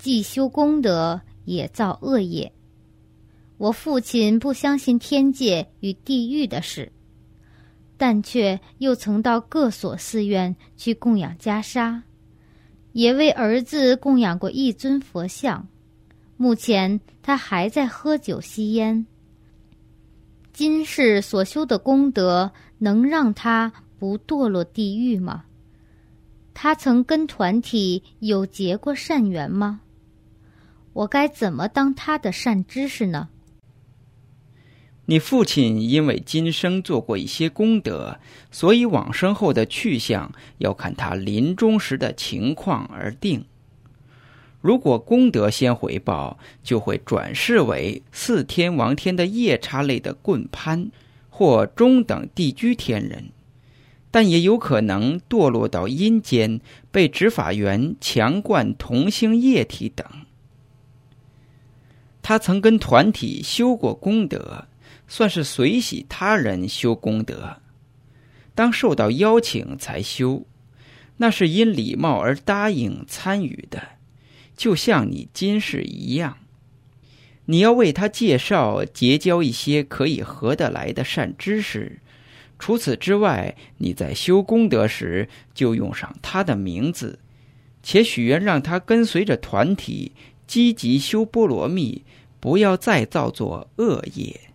既修功德，也造恶业。我父亲不相信天界与地狱的事，但却又曾到各所寺院去供养袈裟，也为儿子供养过一尊佛像。目前他还在喝酒吸烟。今世所修的功德能让他不堕落地狱吗？他曾跟团体有结过善缘吗？我该怎么当他的善知识呢？ 你父亲因为今生做过一些功德，所以往生后的去向要看他临终时的情况而定。如果功德先回报，就会转世为四天王天的夜叉类的棍攀，或中等地居天人，但也有可能堕落到阴间，被执法员强灌同性液体等。他曾跟团体修过功德，算是随喜他人修功德，当受到邀请才修，那是因礼貌而答应参与的，就像你今世一样。你要为他介绍结交一些可以合得来的善知识，除此之外，你在修功德时就用上他的名字，且许愿让他跟随着团体积极修波罗蜜，不要再造作恶业。